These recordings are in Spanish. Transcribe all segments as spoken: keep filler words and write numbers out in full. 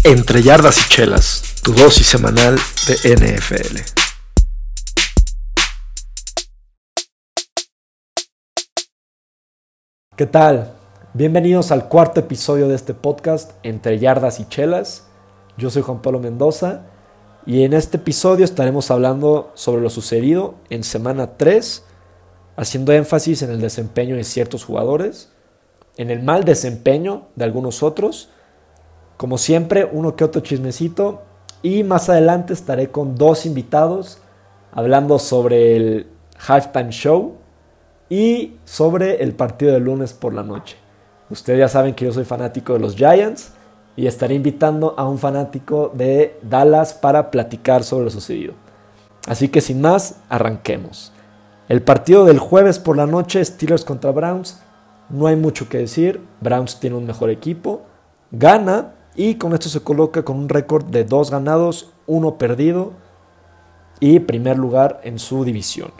Entre yardas y chelas, tu dosis semanal de N F L. ¿Qué tal? Bienvenidos al cuarto episodio de este podcast, Entre yardas y chelas. Yo soy Juan Pablo Mendoza y en este episodio estaremos hablando sobre lo sucedido en semana tres, haciendo énfasis en el desempeño de ciertos jugadores, en el mal desempeño de algunos otros, como siempre, uno que otro chismecito, y más adelante estaré con dos invitados hablando sobre el Halftime Show y sobre el partido de lunes por la noche. Ustedes ya saben que yo soy fanático de los Giants y estaré invitando a un fanático de Dallas para platicar sobre lo sucedido. Así que sin más, arranquemos. El partido del jueves por la noche, Steelers contra Browns, no hay mucho que decir. Browns tiene un mejor equipo, gana y con esto se coloca con un récord de dos ganados, uno perdido y primer lugar en su división.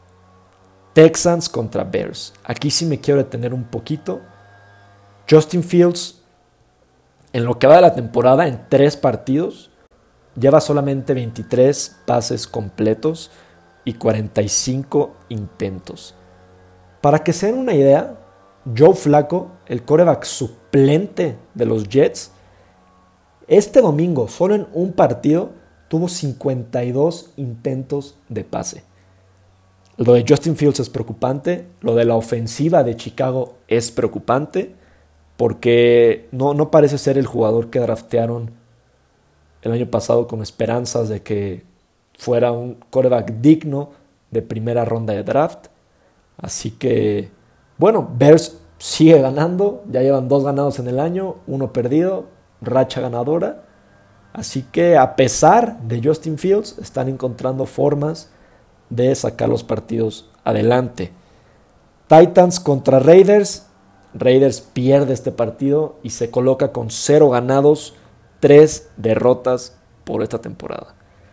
Texans contra Bears. Aquí sí me quiero detener un poquito. Justin Fields, en lo que va de la temporada, en tres partidos, lleva solamente veintitrés pases completos y cuarenta y cinco intentos. Para que se den una idea, Joe Flacco, el quarterback suplente de los Jets, este domingo, solo en un partido, tuvo cincuenta y dos intentos de pase. Lo de Justin Fields es preocupante, lo de la ofensiva de Chicago es preocupante, porque no, no parece ser el jugador que draftearon el año pasado con esperanzas de que fuera un quarterback digno de primera ronda de draft. Así que, bueno, Bears sigue ganando, ya llevan dos ganados en el año, uno perdido, racha ganadora. Así que a pesar de Justin Fields, están encontrando formas de sacar los partidos adelante. Titans contra Raiders. Raiders pierde este partido y se coloca con cero ganados, tres derrotas por esta temporada.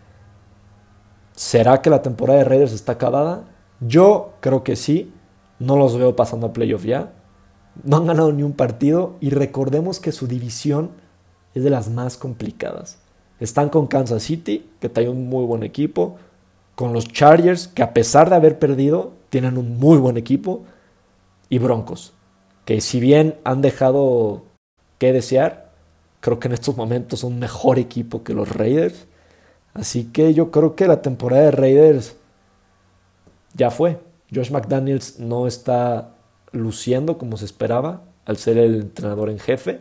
¿Será que la temporada de Raiders está acabada? Yo creo que sí. No los veo pasando a playoff ya. No han ganado ni un partido y recordemos que su división es de las más complicadas. Están con Kansas City, que trae un muy buen equipo, con los Chargers, que a pesar de haber perdido, tienen un muy buen equipo, y Broncos, que si bien han dejado que desear, creo que en estos momentos son un mejor equipo que los Raiders. Así que yo creo que la temporada de Raiders ya fue. Josh McDaniels no está luciendo como se esperaba al ser el entrenador en jefe.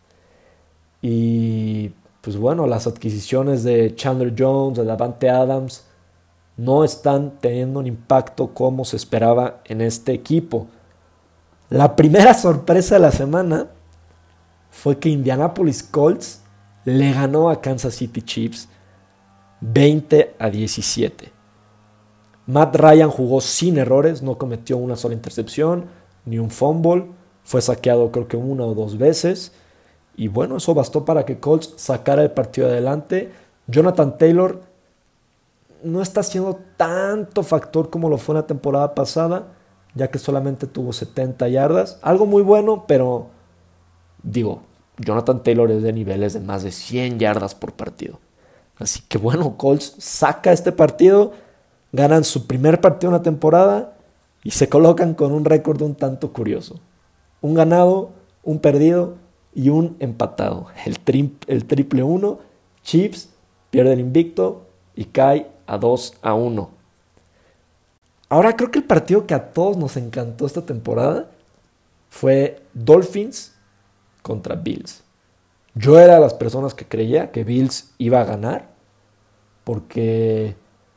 Y pues bueno, las adquisiciones de Chandler Jones, de Davante Adams, no están teniendo un impacto como se esperaba en este equipo. La primera sorpresa de la semana fue que Indianapolis Colts le ganó a Kansas City Chiefs veinte a diecisiete. Matt Ryan jugó sin errores, no cometió una sola intercepción, ni un fumble, fue saqueado creo que una o dos veces. Y bueno, eso bastó para que Colts sacara el partido adelante. Jonathan Taylor no está siendo tanto factor como lo fue en la temporada pasada, ya que solamente tuvo setenta yardas. Algo muy bueno, pero digo, Jonathan Taylor es de niveles de más de cien yardas por partido. Así que bueno, Colts saca este partido, ganan su primer partido en la temporada y se colocan con un récord un tanto curioso. Un ganado, un perdido y un empatado. El, tri- el triple uno. Chiefs pierde el invicto y cae a dos a uno. Ahora creo que el partido que a todos nos encantó esta temporada fue Dolphins contra Bills. Yo era de las personas que creía que Bills iba a ganar porque,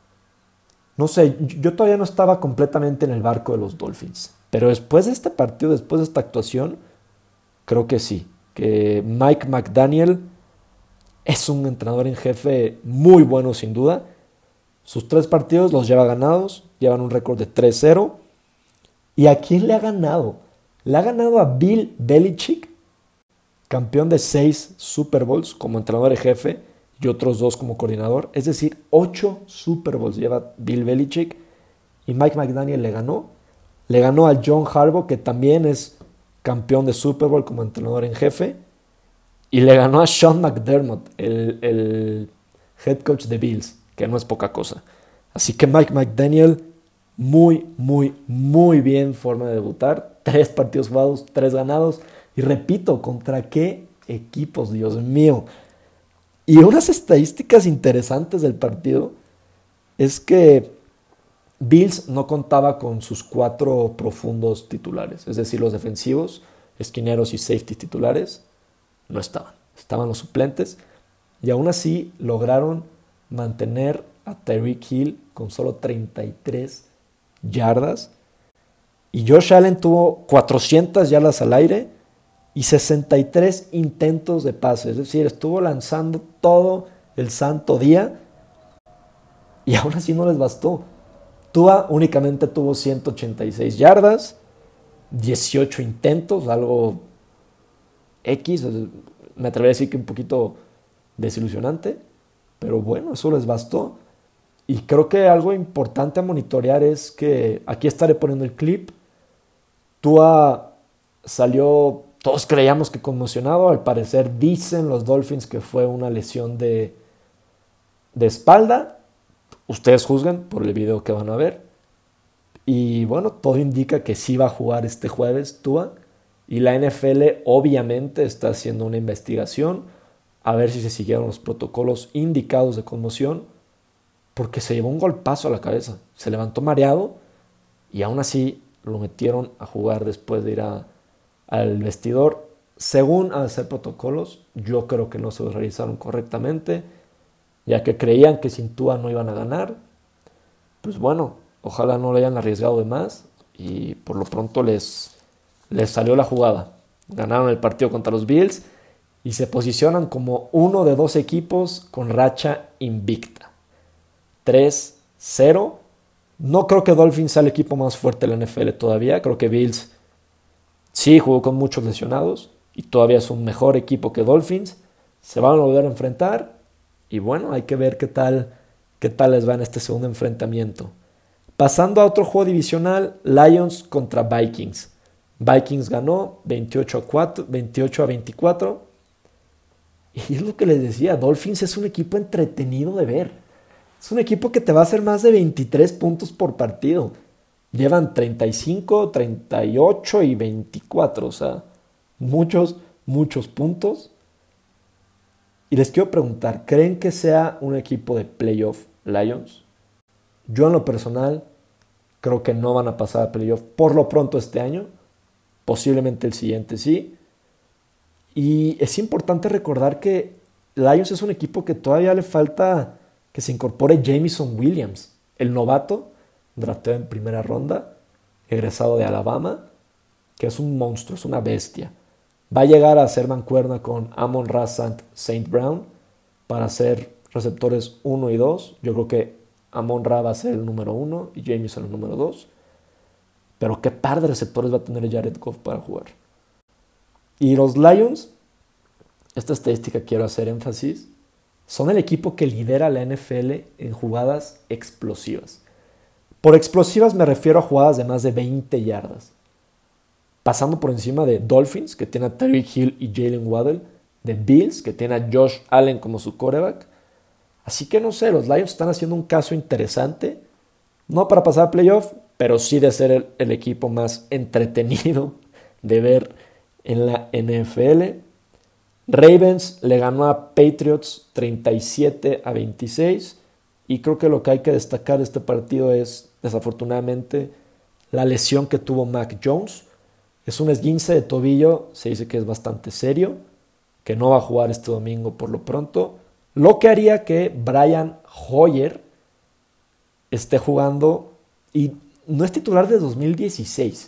no sé, yo todavía no estaba completamente en el barco de los Dolphins. Pero después de este partido, después de esta actuación, creo que sí. Que Mike McDaniel es un entrenador en jefe muy bueno sin duda. Sus tres partidos los lleva ganados, llevan un récord de tres cero. ¿Y a quién le ha ganado? Le ha ganado a Bill Belichick, campeón de seis Super Bowls como entrenador en jefe y otros dos como coordinador. Es decir, ocho Super Bowls lleva Bill Belichick y Mike McDaniel le ganó. Le ganó a John Harbaugh, que también es campeón de Super Bowl como entrenador en jefe. y le ganó a Sean McDermott, el, el head coach de Bills, que no es poca cosa. Así que Mike McDaniel, muy, muy, muy bien forma de debutar. Tres partidos jugados, tres ganados. Y repito, ¿contra qué equipos? Dios mío. Y unas estadísticas interesantes del partido es que Bills no contaba con sus cuatro profundos titulares. Es decir, los defensivos, esquineros y safety titulares no estaban. Estaban los suplentes. Y aún así lograron mantener a Tyreek Hill con solo treinta y tres yardas. Y Josh Allen tuvo cuatrocientas yardas al aire y sesenta y tres intentos de pase. Es decir, estuvo lanzando todo el santo día y aún así no les bastó. Tua únicamente tuvo ciento ochenta y seis yardas, dieciocho intentos, algo X. Me atrevería a decir que un poquito desilusionante, pero bueno, eso les bastó. Y creo que algo importante a monitorear es que, aquí estaré poniendo el clip, Tua salió, todos creíamos que conmocionado, al parecer dicen los Dolphins que fue una lesión de, de espalda. Ustedes juzgan por el video que van a ver. Y bueno, todo indica que sí va a jugar este jueves Tua. Y la N F L obviamente está haciendo una investigación a ver si se siguieron los protocolos indicados de conmoción, porque se llevó un golpazo a la cabeza. Se levantó mareado y aún así lo metieron a jugar después de ir a, al vestidor. Según hacer protocolos, yo creo que no se los realizaron correctamente, ya que creían que sin Tua no iban a ganar. Pues bueno, ojalá no le hayan arriesgado de más y por lo pronto les, les salió la jugada. Ganaron el partido contra los Bills y se posicionan como uno de dos equipos con racha invicta. tres cero. No creo que Dolphins sea el equipo más fuerte de la N F L todavía. Creo que Bills sí jugó con muchos lesionados y todavía es un mejor equipo que Dolphins. Se van a volver a enfrentar y bueno, hay que ver qué tal, qué tal les va en este segundo enfrentamiento. Pasando a otro juego divisional, Lions contra Vikings. Vikings ganó veintiocho a veinticuatro. Y es lo que les decía, Dolphins es un equipo entretenido de ver. Es un equipo que te va a hacer más de veintitrés puntos por partido. Llevan treinta y cinco, treinta y ocho y veinticuatro. O sea, muchos, muchos puntos. Y les quiero preguntar, ¿creen que sea un equipo de playoff Lions? Yo en lo personal creo que no van a pasar a playoff por lo pronto este año. Posiblemente el siguiente sí. Y es importante recordar que Lions es un equipo que todavía le falta que se incorpore Jameson Williams, el novato, drafteado en primera ronda, egresado de Alabama, que es un monstruo, es una bestia. Va a llegar a ser mancuerna con Amon-Ra Saint Brown para ser receptores uno y dos. Yo creo que Amon-Ra va a ser el número uno y Jameson el número dos. Pero qué par de receptores va a tener Jared Goff para jugar. Y los Lions, esta estadística quiero hacer énfasis, son el equipo que lidera la N F L en jugadas explosivas. Por explosivas me refiero a jugadas de más de veinte yardas. Pasando por encima de Dolphins, que tiene a Tyreek Hill y Jalen Waddle, de Bills, que tiene a Josh Allen como su quarterback. Así que no sé, los Lions están haciendo un caso interesante, no para pasar a playoff, pero sí de ser el, el equipo más entretenido de ver en la N F L. Ravens le ganó a Patriots treinta y siete a veintiséis y creo que lo que hay que destacar de este partido es, desafortunadamente, la lesión que tuvo Mac Jones. Es un esguince de tobillo, se dice que es bastante serio, que no va a jugar este domingo por lo pronto, lo que haría que Brian Hoyer esté jugando y no es titular de dos mil dieciséis.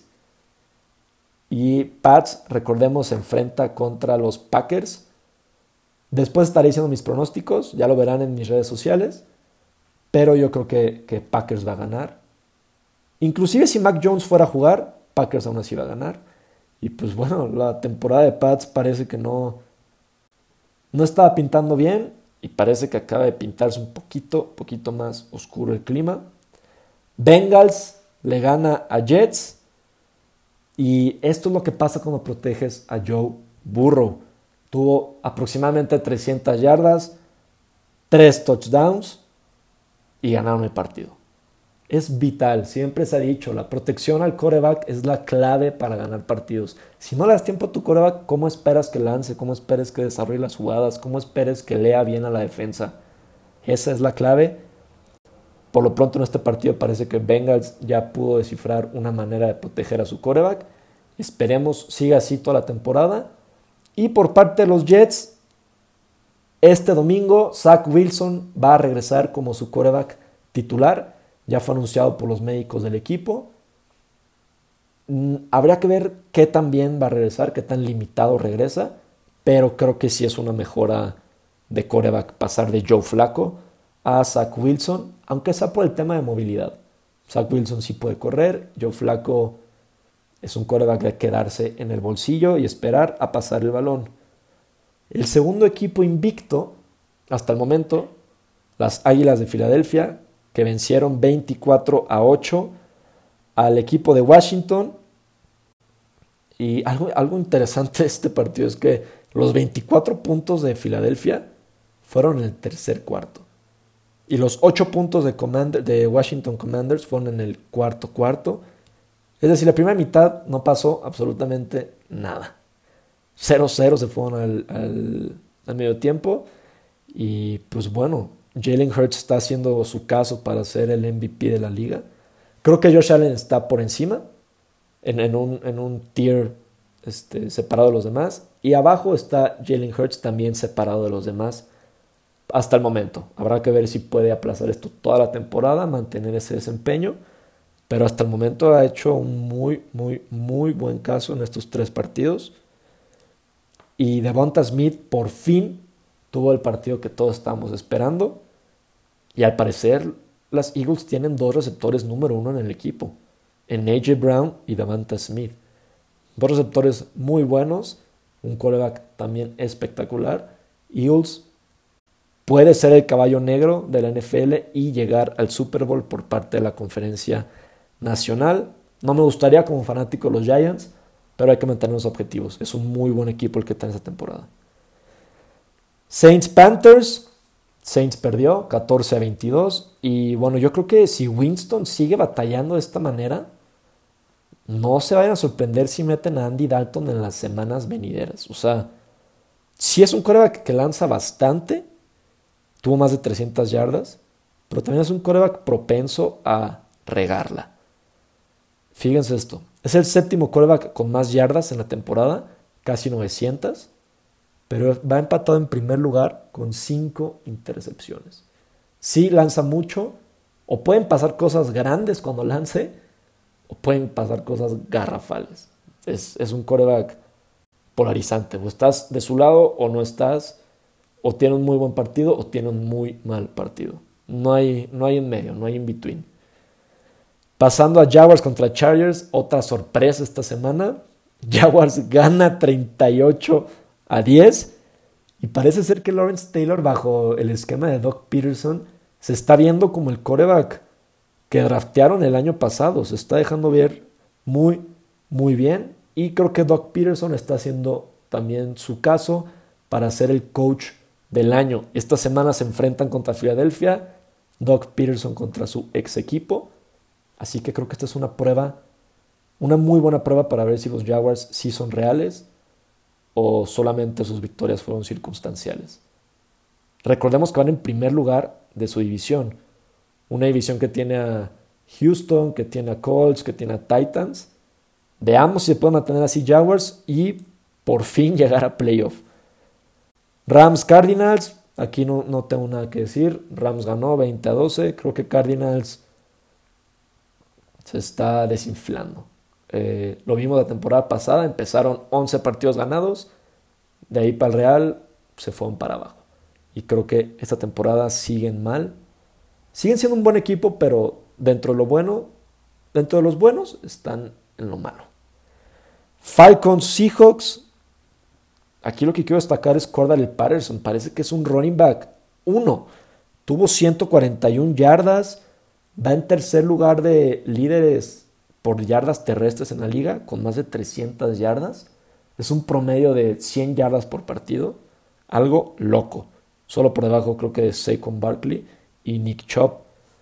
Y Pats, recordemos, se enfrenta contra los Packers. Después estaré diciendo mis pronósticos, ya lo verán en mis redes sociales, pero yo creo que, que Packers va a ganar. Inclusive si Mac Jones fuera a jugar, Packers aún así va a ganar. Y pues bueno, la temporada de Pats parece que no, no estaba pintando bien y parece que acaba de pintarse un poquito, poquito más oscuro el clima. Bengals le gana a Jets. Y esto es lo que pasa cuando proteges a Joe Burrow. tuvo aproximadamente trescientas yardas, tres touchdowns y ganaron el partido. Es vital, siempre se ha dicho, la protección al quarterback es la clave para ganar partidos. Si no le das tiempo a tu quarterback, ¿cómo esperas que lance? ¿Cómo esperas que desarrolle las jugadas? ¿Cómo esperas que lea bien a la defensa? Esa es la clave. Por lo pronto en este partido parece que Bengals ya pudo descifrar una manera de proteger a su quarterback. Esperemos siga así toda la temporada. Y por parte de los Jets, este domingo Zach Wilson va a regresar como su quarterback titular. Ya fue anunciado por los médicos del equipo. Mm, habría que ver qué tan bien va a regresar, qué tan limitado regresa, pero creo que sí es una mejora de quarterback pasar de Joe Flacco a Zach Wilson, aunque sea por el tema de movilidad. Zach Wilson sí puede correr, Joe Flacco es un quarterback de quedarse en el bolsillo y esperar a pasar el balón. El segundo equipo invicto, hasta el momento, las Águilas de Filadelfia, que vencieron veinticuatro a ocho al equipo de Washington. Y algo, algo interesante de este partido es que los veinticuatro puntos de Filadelfia fueron en el tercer cuarto. Y los ocho puntos de, Commander, de Washington Commanders fueron en el cuarto cuarto. Es decir, la primera mitad no pasó absolutamente nada. cero cero se fueron al, al, al medio tiempo. Y pues bueno, Jalen Hurts está haciendo su caso para ser el M V P de la liga. Creo que Josh Allen está por encima, en, en, un, en un tier este, separado de los demás. Y abajo está Jalen Hurts también separado de los demás hasta el momento. Habrá que ver si puede aplazar esto toda la temporada, mantener ese desempeño. Pero hasta el momento ha hecho un muy, muy, muy buen caso en estos tres partidos. Y Devonta Smith por fin tuvo el partido que todos estábamos esperando. Y al parecer las Eagles tienen dos receptores número uno en el equipo, en A J Brown y Devonta Smith. Dos receptores muy buenos, un quarterback también espectacular. Eagles puede ser el caballo negro de la N F L y llegar al Super Bowl por parte de la conferencia nacional. No me gustaría como fanático de los Giants, pero hay que mantener los objetivos. Es un muy buen equipo el que está en esta temporada. Saints Panthers. Saints perdió catorce a veintidós. Y bueno, yo creo que si Winston sigue batallando de esta manera, no se vayan a sorprender si meten a Andy Dalton en las semanas venideras. O sea, si es un quarterback que lanza bastante, tuvo más de trescientas yardas, pero también es un quarterback propenso a regarla. Fíjense esto, es el séptimo quarterback con más yardas en la temporada, casi novecientas, pero va empatado en primer lugar con cinco intercepciones. Sí lanza mucho, o pueden pasar cosas grandes cuando lance, o pueden pasar cosas garrafales. Es, es un quarterback polarizante, o estás de su lado o no estás, o tiene un muy buen partido o tiene un muy mal partido. No hay, no hay en medio, no hay in between. Pasando a Jaguars contra Chargers, otra sorpresa esta semana. Jaguars gana treinta y ocho a diez y parece ser que Lawrence Taylor, bajo el esquema de Doug Peterson, se está viendo como el quarterback que draftearon el año pasado. Se está dejando ver muy, muy bien, y creo que Doug Peterson está haciendo también su caso para ser el coach del año. Esta semana se enfrentan contra Filadelfia, Doug Peterson contra su ex equipo. Así que creo que esta es una prueba, una muy buena prueba para ver si los Jaguars sí son reales o solamente sus victorias fueron circunstanciales. Recordemos que van en primer lugar de su división. Una división que tiene a Houston, que tiene a Colts, que tiene a Titans. Veamos si se pueden mantener así Jaguars y por fin llegar a playoff. Rams Cardinals, aquí no, no tengo nada que decir. Rams ganó veinte a doce. Creo que Cardinals se está desinflando. Eh, lo vimos la temporada pasada, empezaron once partidos ganados, de ahí para el Real se fueron para abajo. Y creo que esta temporada siguen mal. Siguen siendo un buen equipo, pero dentro de lo bueno, dentro de los buenos, están en lo malo. Falcons Seahawks. Aquí lo que quiero destacar es Cordarrelle Patterson. Parece que es un running back uno. Tuvo ciento cuarenta y una yardas. Va en tercer lugar de líderes por yardas terrestres en la liga, con más de trescientas yardas. Es un promedio de cien yardas por partido. Algo loco. Solo por debajo creo que de Saquon Barkley y Nick Chubb.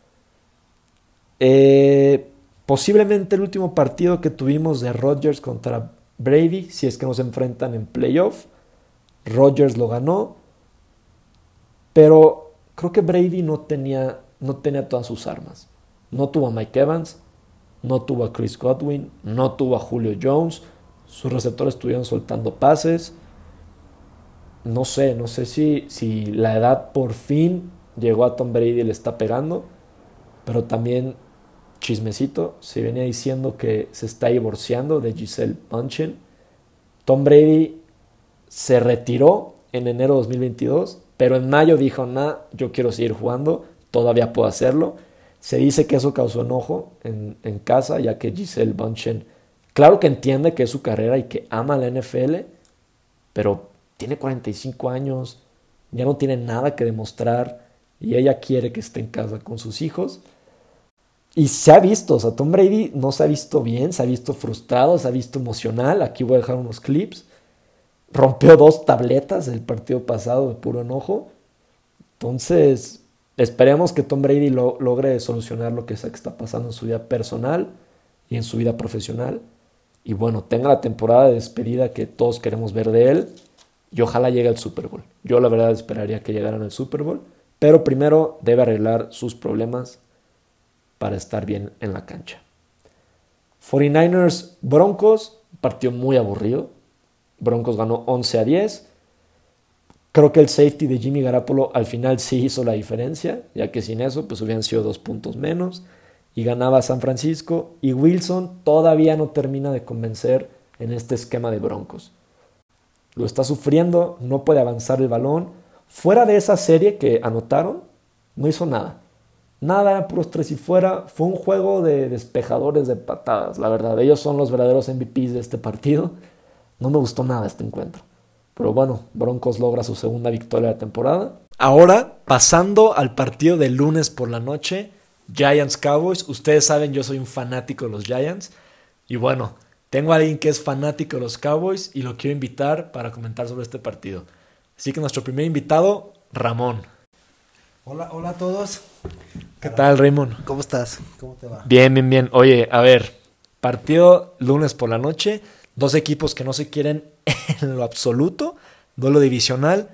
Eh, posiblemente el último partido que tuvimos de Rodgers contra Brady, si es que nos enfrentan en playoff. Rodgers lo ganó. Pero creo que Brady no tenía, no tenía todas sus armas. No tuvo a Mike Evans, no tuvo a Chris Godwin, no tuvo a Julio Jones. Sus receptores estuvieron soltando pases. No sé, no sé si, si la edad por fin llegó a Tom Brady y le está pegando. Pero también, chismecito, se venía diciendo que se está divorciando de Gisele Bündchen. Tom Brady se retiró en enero de dos mil veintidós. Pero en mayo dijo, nah, yo quiero seguir jugando, todavía puedo hacerlo. Se dice que eso causó enojo en, en casa, ya que Gisele Bündchen, claro que entiende que es su carrera y que ama la N F L, pero tiene cuarenta y cinco años, ya no tiene nada que demostrar y ella quiere que esté en casa con sus hijos. Y se ha visto, o sea, Tom Brady no se ha visto bien, se ha visto frustrado, se ha visto emocional. Aquí voy a dejar unos clips. Rompió dos tabletas el partido pasado de puro enojo. Entonces, esperemos que Tom Brady lo, logre solucionar lo que sea que está pasando en su vida personal y en su vida profesional. Y bueno, tenga la temporada de despedida que todos queremos ver de él. Y ojalá llegue al Super Bowl. Yo la verdad esperaría que llegaran al Super Bowl. Pero primero debe arreglar sus problemas para estar bien en la cancha. cuarenta y nueve ers Broncos, partido muy aburrido. Broncos ganó once a diez. Creo que el safety de Jimmy Garoppolo al final sí hizo la diferencia, ya que sin eso pues hubieran sido dos puntos menos y ganaba San Francisco. Y Wilson todavía no termina de convencer en este esquema de Broncos. Lo está sufriendo, no puede avanzar el balón. Fuera de esa serie que anotaron, no hizo nada. Nada, eran puros tres y fuera. Fue un juego de despejadores de patadas, la verdad. Ellos son los verdaderos M V Ps de este partido. No me gustó nada este encuentro. Pero bueno, Broncos logra su segunda victoria de la temporada. Ahora, pasando al partido del lunes por la noche, Giants-Cowboys. Ustedes saben, yo soy un fanático de los Giants. Y bueno, tengo a alguien que es fanático de los Cowboys y lo quiero invitar para comentar sobre este partido. Así que nuestro primer invitado, Ramón. Hola, hola a todos. ¿Qué tal, Raymond? ¿Cómo estás? ¿Cómo te va? Bien, bien, bien. Oye, a ver, partido lunes por la noche. Dos equipos que no se quieren en lo absoluto. Duelo divisional.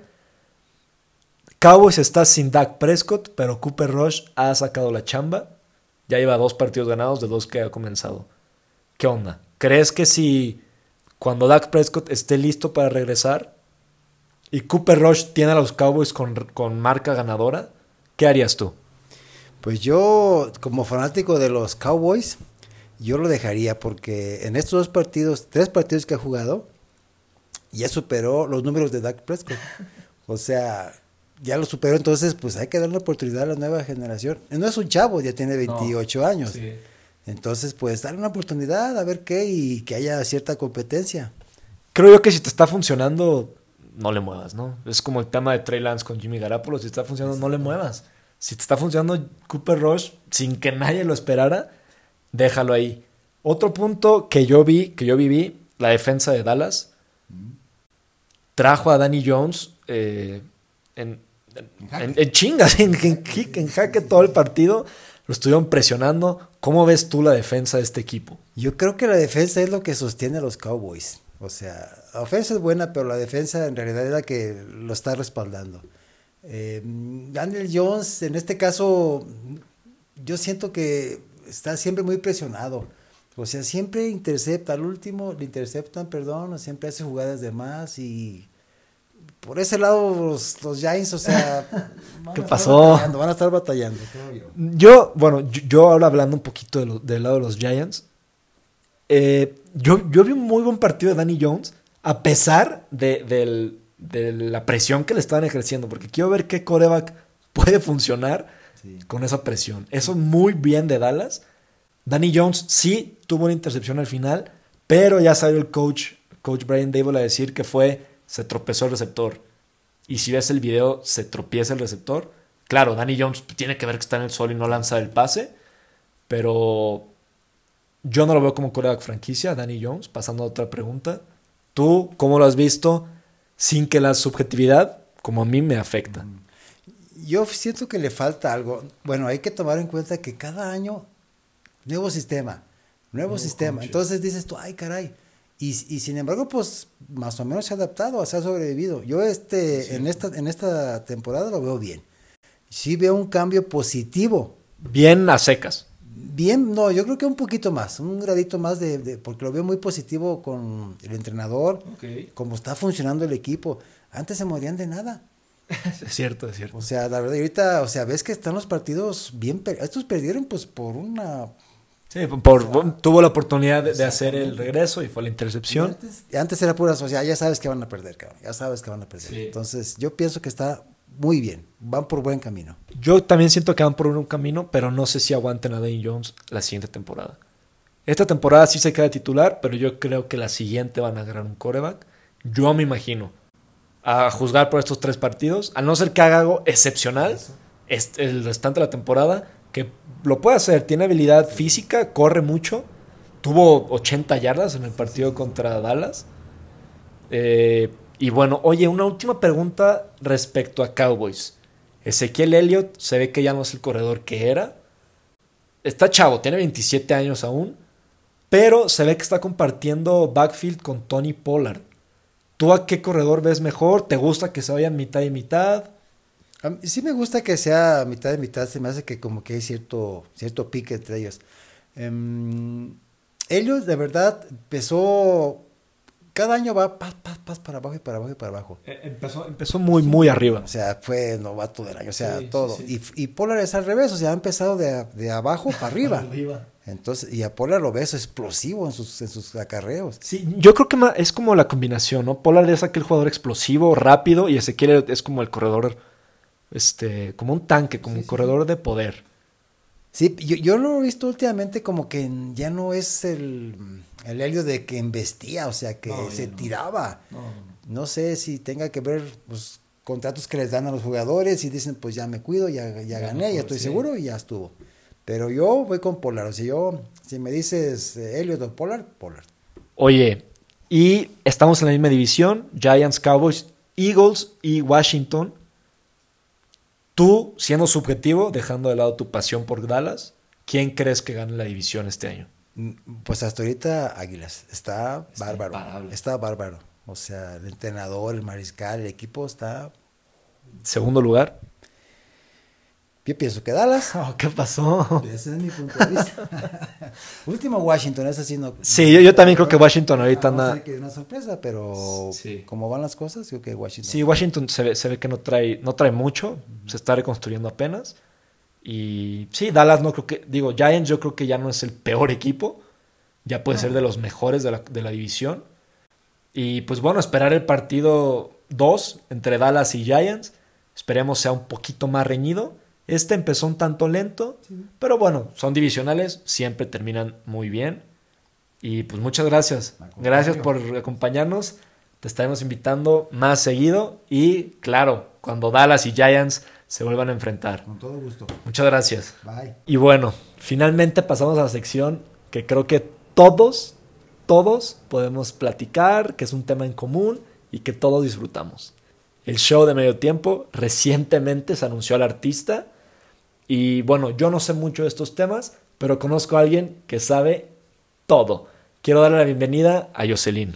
Cowboys está sin Dak Prescott, pero Cooper Rush ha sacado la chamba. Ya lleva dos partidos ganados de dos que ha comenzado. ¿Qué onda? ¿Crees que si cuando Dak Prescott esté listo para regresar y Cooper Rush tiene a los Cowboys con, con marca ganadora, qué harías tú? Pues yo, como fanático de los Cowboys, yo lo dejaría porque en estos dos partidos, tres partidos que ha jugado, ya superó los números de Dak Prescott. O sea, ya lo superó, entonces pues hay que darle una oportunidad a la nueva generación. No es un chavo, ya tiene veintiocho no, años. Sí. Entonces, pues darle una oportunidad a ver qué y que haya cierta competencia. Creo yo que si te está funcionando, no le muevas, ¿no? Es como el tema de Trey Lance con Jimmy Garoppolo. Si te está funcionando, no le muevas. Si te está funcionando Cooper Rush, sin que nadie lo esperara, déjalo ahí. Otro punto que yo vi, que yo viví, la defensa de Dallas. Trajo a Danny Jones eh, en, en, en, en chingas, en, en, en jaque todo el partido. Lo estuvieron presionando. ¿Cómo ves tú la defensa de este equipo? Yo creo que la defensa es lo que sostiene a los Cowboys. O sea, la ofensa es buena, pero la defensa en realidad es la que lo está respaldando. Eh, Daniel Jones, en este caso, yo siento que está siempre muy presionado. O sea, siempre intercepta, al último le interceptan, perdón, siempre hace jugadas de más y por ese lado los, los Giants, o sea, ¿qué pasó? Van a estar batallando. Yo, bueno, yo, yo ahora hablando un poquito de lo, del lado de los Giants, eh, yo, yo vi un muy buen partido de Danny Jones, a pesar de, de, de la presión que le estaban ejerciendo, porque quiero ver qué quarterback puede funcionar sí. con esa presión. Eso muy bien de Dallas. Danny Jones sí tuvo una intercepción al final, pero ya salió el coach, coach Brian Daboll a decir que fue, se tropezó el receptor. Y si ves el video, se tropieza el receptor. Claro, Danny Jones tiene que ver que está en el suelo y no lanza el pase, pero yo no lo veo como quarterback franquicia, Danny Jones. Pasando a otra pregunta, ¿Tú cómo lo has visto sin que la subjetividad, como a mí, me afecta? Yo siento que le falta algo. Bueno, hay que tomar en cuenta que cada año, nuevo sistema, nuevo oh, sistema. Concha. Entonces dices tú, ay, caray. Y, y sin embargo, pues, más o menos se ha adaptado, se ha sobrevivido. Yo este, sí. en, esta, en esta temporada lo veo bien. Sí veo un cambio positivo. Bien a secas. Bien, no, yo creo que un poquito más, un gradito más de, de porque lo veo muy positivo con el entrenador, okay. Cómo está funcionando el equipo. Antes se morían de nada. Es cierto, es cierto. O sea, la verdad, ahorita, o sea, ves que están los partidos bien, per- estos perdieron pues por una... Sí, por, o sea, tuvo la oportunidad de, de hacer el regreso y fue la intercepción. Antes, antes era pura, o sea, ya sabes que van a perder, cabrón, ya sabes que van a perder. Sí. Entonces, yo pienso que está muy bien, van por buen camino. Yo también siento que van por un camino, pero no sé si aguanten a Daniel Jones la siguiente temporada. Esta temporada sí se queda titular, pero yo creo que la siguiente van a agarrar un quarterback. Yo me imagino, a juzgar por estos tres partidos, a no ser que haga algo excepcional este, el restante de la temporada, que lo puede hacer, tiene habilidad física, corre mucho, tuvo ochenta yardas en el partido sí. contra Dallas. Eh... Y bueno, oye, una última pregunta respecto a Cowboys. Ezequiel Elliott se ve que ya no es el corredor que era. Está chavo, tiene veintisiete años aún, pero se ve que está compartiendo backfield con Tony Pollard. ¿Tú a qué corredor ves mejor? ¿Te gusta que se vayan mitad y mitad? A mí sí me gusta que sea mitad y mitad, se me hace que como que hay cierto, cierto pique entre ellos. Um, Elliott de verdad empezó... Cada año va pas, pas, pas para abajo y para abajo y para abajo. Empezó, empezó muy, muy arriba. O sea, fue novato del año, o sea, sí, todo. Sí, sí. Y, y Pollard es al revés, o sea, ha empezado de, de abajo para arriba. arriba. Entonces, y a Pollard lo ves explosivo en sus, en sus acarreos. Sí, yo creo que es como la combinación, ¿no? Pollard es aquel jugador explosivo, rápido, y Ezequiel es como el corredor, este, como un tanque, como sí, un sí. corredor de poder. Sí, yo, yo lo he visto últimamente como que ya no es el, el Elliott de que embestía, o sea, que no, se no. tiraba. No, no, no. no sé si tenga que ver pues, contratos que les dan a los jugadores y dicen, pues ya me cuido, ya, ya, ya gané, no, ya estoy sí. seguro y ya estuvo. Pero yo voy con Pollard, o sea, yo, si me dices eh, Elliott o Pollard, Pollard. Oye, y estamos en la misma división, Giants, Cowboys, Eagles y Washington. Tú, siendo subjetivo, dejando de lado tu pasión por Dallas, ¿quién crees que gane la división este año? Pues hasta ahorita Águilas. Está, está bárbaro. Imparable. Está bárbaro. O sea, el entrenador, el mariscal, el equipo está... ¿Segundo lugar? Yo pienso que Dallas. Oh, ¿qué pasó? Ese es mi punto de vista. Último Washington, ese sí no... Sí, yo, yo también creo que Washington ahorita anda... No sé que es una sorpresa, pero sí. Como van las cosas, creo que Washington... Sí, Washington se ve, se ve que no trae, no trae mucho, uh-huh. se está reconstruyendo apenas. Y sí, Dallas no creo que... Digo, Giants yo creo que ya no es el peor equipo, ya puede no. ser de los mejores de la, de la división. Y pues bueno, esperar el partido dos entre Dallas y Giants. Esperemos sea un poquito más reñido. Este empezó un tanto lento, sí. pero bueno, son divisionales, siempre terminan muy bien. Y pues muchas gracias. Gracias por acompañarnos. Te estaremos invitando más seguido. Y claro, cuando Dallas y Giants se vuelvan a enfrentar. Con todo gusto. Muchas gracias. Bye. Y bueno, finalmente pasamos a la sección que creo que todos, todos podemos platicar, que es un tema en común y que todos disfrutamos. El show de medio tiempo. Recientemente se anunció al artista. Y bueno, yo no sé mucho de estos temas, pero conozco a alguien que sabe todo. Quiero darle la bienvenida a Jocelyn.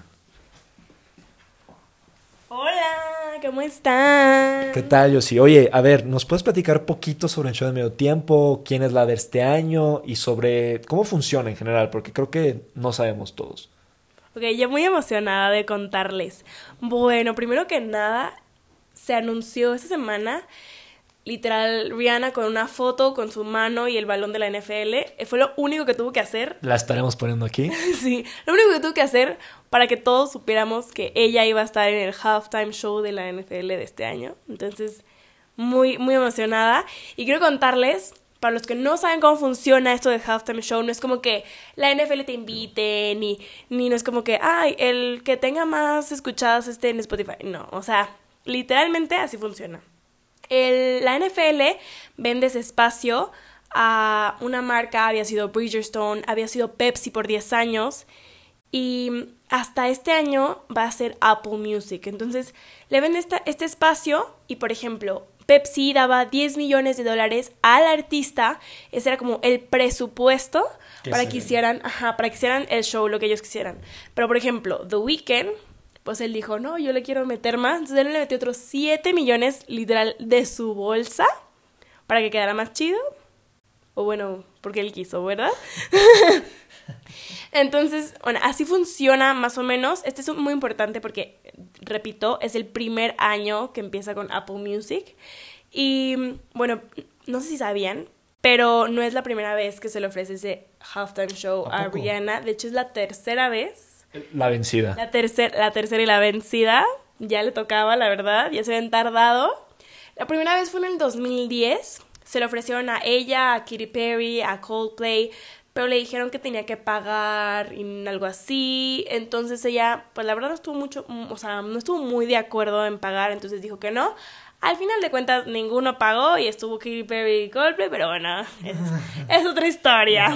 Hola, ¿cómo están? ¿Qué tal, Josi? Oye, a ver, ¿nos puedes platicar poquito sobre el show de medio tiempo? ¿Quién es la de este año? Y sobre cómo funciona en general, porque creo que no sabemos todos. Ok, yo muy emocionada de contarles. Bueno, primero que nada, se anunció esta semana... Literal, Rihanna con una foto con su mano y el balón de la N F L. Fue lo único que tuvo que hacer. La estaremos poniendo aquí. Sí, lo único que tuvo que hacer para que todos supiéramos que ella iba a estar en el halftime show de la N F L de este año. Entonces, muy, muy emocionada. Y quiero contarles, para los que no saben cómo funciona esto de halftime show, no es como que la N F L te invite, ni, ni no es como que, ay, el que tenga más escuchadas esté en Spotify. No, o sea, literalmente así funciona. El, la N F L vende ese espacio a una marca, había sido Bridgestone, había sido Pepsi por diez años, Y hasta este año va a ser Apple Music. Entonces le ven esta, este espacio y, por ejemplo, Pepsi daba diez millones de dólares al artista. Ese era como el presupuesto para que hicieran, ajá, para que hicieran el show, lo que ellos quisieran. Pero, por ejemplo, The Weeknd, pues él dijo, no, yo le quiero meter más. Entonces él le metió otros siete millones literal de su bolsa para que quedara más chido. O bueno, porque él quiso, ¿verdad? Entonces, bueno, así funciona más o menos. Este es muy importante porque, repito, es el primer año que empieza con Apple Music. Y, bueno, no sé si sabían, pero no es la primera vez que se le ofrece ese halftime show a, a Rihanna. De hecho, es la tercera vez. La vencida. La, tercer, la tercera y la vencida. Ya le tocaba, la verdad. Ya se habían tardado. La primera vez fue en el dos mil diez. Se le ofrecieron a ella, a Katy Perry, a Coldplay, pero le dijeron que tenía que pagar y algo así. Entonces ella, pues la verdad no estuvo mucho, o sea, no estuvo muy de acuerdo en pagar, entonces dijo que no. Al final de cuentas ninguno pagó y estuvo Katy Perry y Coldplay, pero bueno, es, es otra historia.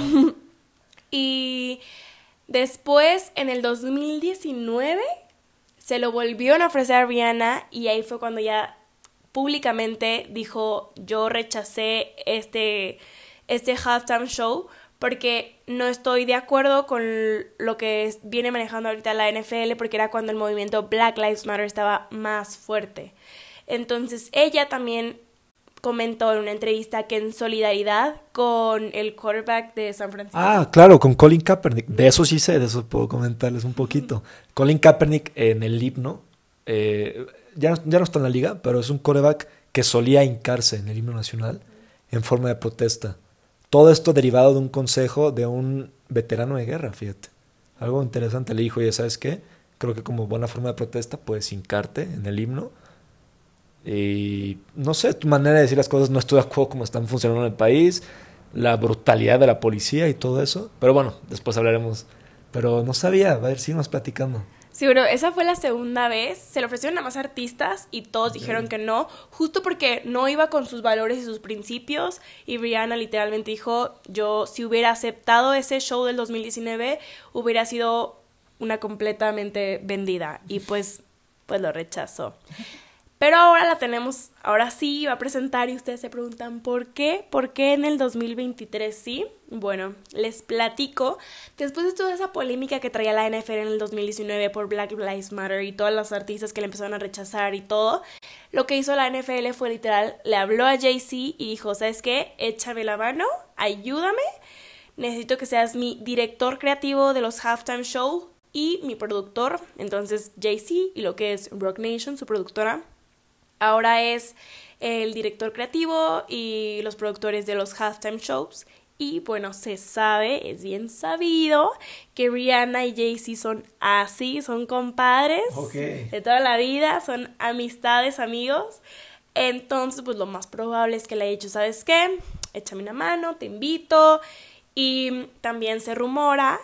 Y después, en el dos mil diecinueve, se lo volvieron a ofrecer a Rihanna y ahí fue cuando ya públicamente dijo, yo rechacé este, este halftime show porque no estoy de acuerdo con lo que viene manejando ahorita la N F L, porque era cuando el movimiento Black Lives Matter estaba más fuerte. Entonces ella también comentó en una entrevista que en solidaridad con el quarterback de San Francisco. Ah, claro, con Colin Kaepernick. De eso sí sé, de eso puedo comentarles un poquito. Uh-huh. Colin Kaepernick en el himno, eh, ya, ya no está en la liga, pero es un quarterback que solía hincarse en el himno nacional en forma de protesta. Todo esto derivado de un consejo de un veterano de guerra, fíjate. Algo interesante. Le dijo, ya sabes qué, creo que como buena forma de protesta puedes hincarte en el himno. Y no sé, tu manera de decir las cosas, no estoy de acuerdo cómo están funcionando en el país, la brutalidad de la policía y todo eso. Pero bueno, después hablaremos. Pero no sabía, a ver, síguenos platicando. Sí, bueno, esa fue la segunda vez. Se le ofrecieron a más artistas y todos okay. dijeron que no, justo porque no iba con sus valores y sus principios. Y Rihanna literalmente dijo, yo si hubiera aceptado ese show del dos mil diecinueve, hubiera sido una completamente vendida. Y pues, pues lo rechazó. Pero ahora la tenemos, ahora sí va a presentar y ustedes se preguntan ¿por qué? ¿Por qué en el dos mil veintitrés sí? Bueno, les platico. Después de toda esa polémica que traía la N F L en el dos mil diecinueve por Black Lives Matter y todas las artistas que le empezaron a rechazar y todo, lo que hizo la N F L fue literal, le habló a Jay-Z y dijo, ¿sabes qué? Échame la mano, ayúdame, necesito que seas mi director creativo de los halftime show y mi productor. Entonces Jay-Z y lo que es Roc Nation, su productora, ahora es el director creativo y los productores de los halftime shows. Y bueno, se sabe, es bien sabido que Rihanna y Jay-Z son así, son compadres okay. de toda la vida, son amistades, amigos. Entonces, pues lo más probable es que le haya dicho, ¿sabes qué? Échame una mano, te invito. Y también se rumora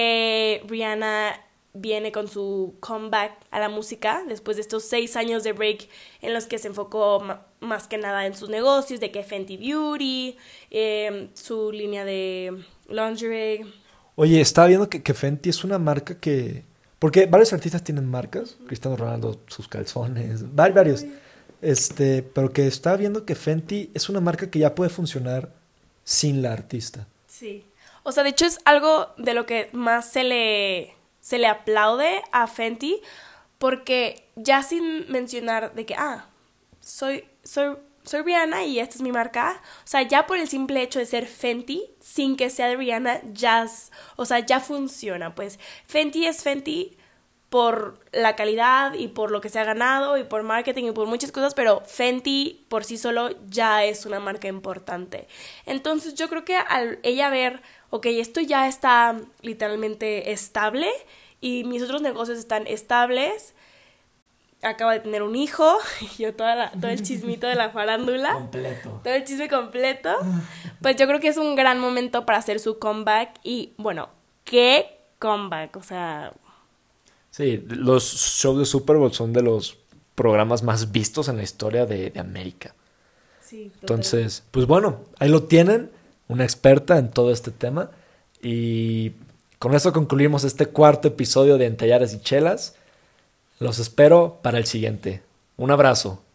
que Rihanna viene con su comeback a la música después de estos seis años de break en los que se enfocó m- más que nada en sus negocios, de que Fenty Beauty, eh, su línea de lingerie. Oye, estaba viendo que, que Fenty es una marca que... Porque varios artistas tienen marcas, Cristiano Ronaldo, sus calzones, varios. Este, pero que estaba viendo que Fenty es una marca que ya puede funcionar sin la artista. Sí. O sea, de hecho es algo de lo que más se le... se le aplaude a Fenty, porque ya sin mencionar de que, ah, soy, soy, soy Rihanna y esta es mi marca, o sea, ya por el simple hecho de ser Fenty, sin que sea de Rihanna, ya, o sea, ya funciona, pues Fenty es Fenty por la calidad y por lo que se ha ganado y por marketing y por muchas cosas, pero Fenty por sí solo ya es una marca importante. Entonces yo creo que al ella ver, ok, esto ya está literalmente estable y mis otros negocios están estables, acaba de tener un hijo, y yo toda la, todo el chismito de la farándula, completo. todo el chisme completo, pues yo creo que es un gran momento para hacer su comeback y bueno, ¿qué comeback? O sea... Sí, los shows de Super Bowl son de los programas más vistos en la historia de, de América. Sí, entonces, pues bueno, ahí lo tienen, una experta en todo este tema. Y Con eso concluimos este cuarto episodio de Entre Yardas y Chelas. Los espero para el siguiente. Un abrazo.